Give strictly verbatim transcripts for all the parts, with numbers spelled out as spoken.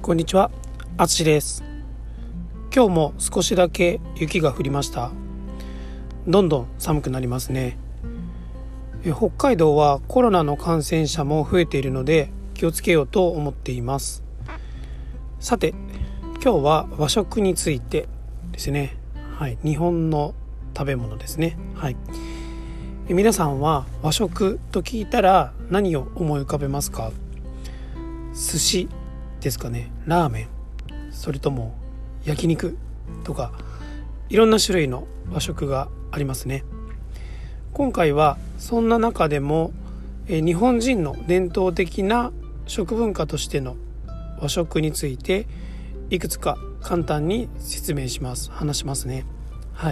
こんにちは、あつしです。今日も少しだけ雪が降りました。どんどん寒くなりますね。え北海道はコロナの感染者も増えているので気をつけようと思っています。さて、今日は和食についてですね。はい、日本の食べ物ですね。はい。え皆さんは和食と聞いたら何を思い浮かべますか？寿司ですかね、ラーメン、それとも焼肉とか、いろんな種類の和食がありますね。今回はそんな中でもえ日本人の伝統的な食文化としての和食についていくつか簡単に説明します話しますね。はい、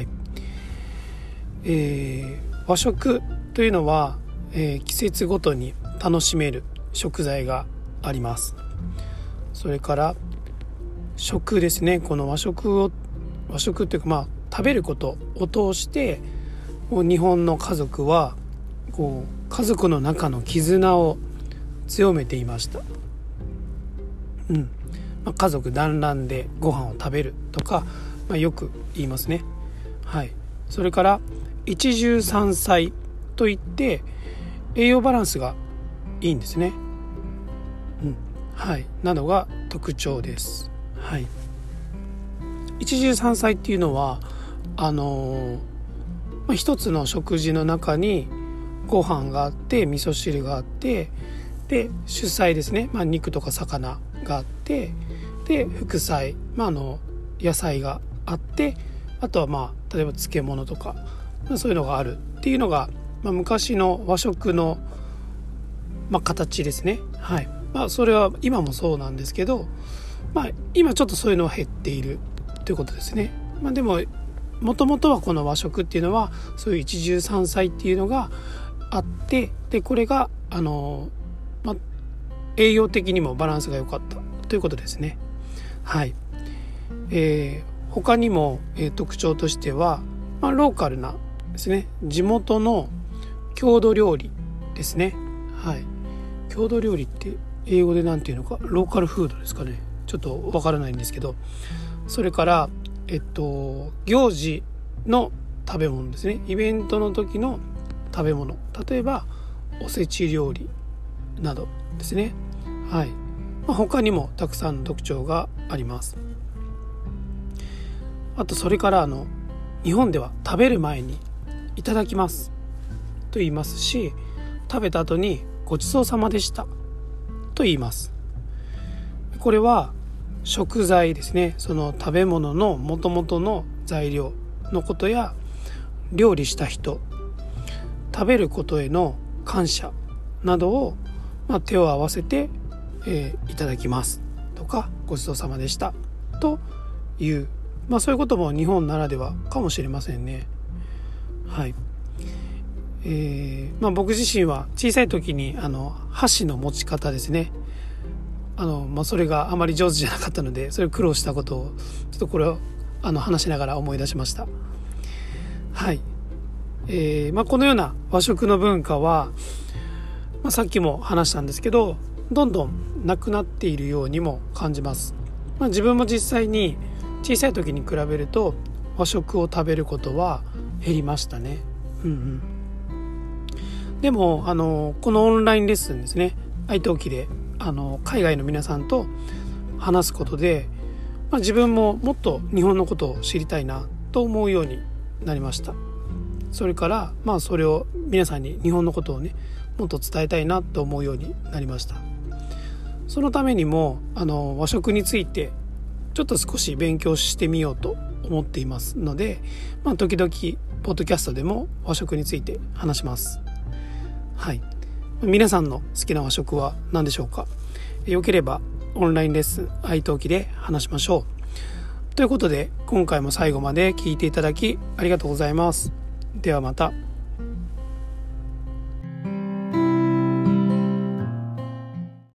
えー、和食というのは、えー、季節ごとに楽しめる食材があります。それから食ですね。この和食を和食というか、まあ食べることを通して日本の家族はこう家族の中の絆を強めていました。うんまあ、家族団らんでご飯を食べるとか、まあ、よく言いますね。はい。それから一汁三菜といって栄養バランスがいいんですね。うんはい、などが特徴です。はい、一汁三菜っていうのはあのーまあ、一つの食事の中にご飯があって味噌汁があってで主菜ですね、まあ、肉とか魚があってで副菜、まあ、あの野菜があってあとはまあ例えば漬物とか、まあ、そういうのがあるっていうのが、まあ、昔の和食の、まあ、形ですね。はいまあ、それは今もそうなんですけど、まあ、今ちょっとそういうのは減っているということですね。まあ、でももともとはこの和食っていうのはそういう一汁三菜っていうのがあってでこれがあの、まあ、栄養的にもバランスが良かったということですね。はい、えー、他にも、えー、特徴としては、まあ、ローカルなですね地元の郷土料理ですね。はい、郷土料理って英語でなんていうのかローカルフードですかね。ちょっとわからないんですけど、それからえっと行事の食べ物ですね。イベントの時の食べ物、例えばおせち料理などですね。はい、まあ、他にもたくさんの特徴があります。あとそれからあの日本では食べる前にいただきますと言いますし、食べた後にごちそうさまでしたと言います。これは食材ですね、その食べ物の元々の材料のことや料理した人、食べることへの感謝などを、まあ、手を合わせて、えー、いただきますとかごちそうさまでしたという、まあ、そういうことも日本ならではかもしれませんね。はいえーまあ、僕自身は小さい時にあの箸の持ち方ですね、あの、まあ、それがあまり上手じゃなかったのでそれを苦労したことをちょっとこれをあの話しながら思い出しました。はい、えーまあ、このような和食の文化は、まあ、さっきも話したんですけどどんどんなくなっているようにも感じます。まあ、自分も実際に小さい時に比べると和食を食べることは減りましたね。うんうんでもあのこのオンラインレッスンですね、iTalkiであの海外の皆さんと話すことで、まあ、自分ももっと日本のことを知りたいなと思うようになりました。それから、まあ、それを皆さんに日本のことをねもっと伝えたいなと思うようになりました。そのためにもあの和食についてちょっと少し勉強してみようと思っていますので、まあ、時々ポッドキャストでも和食について話します。はい、皆さんの好きな和食は何でしょうか。よければオンラインレッスン iTalki で話しましょう。ということで今回も最後まで聞いていただきありがとうございます。ではまた。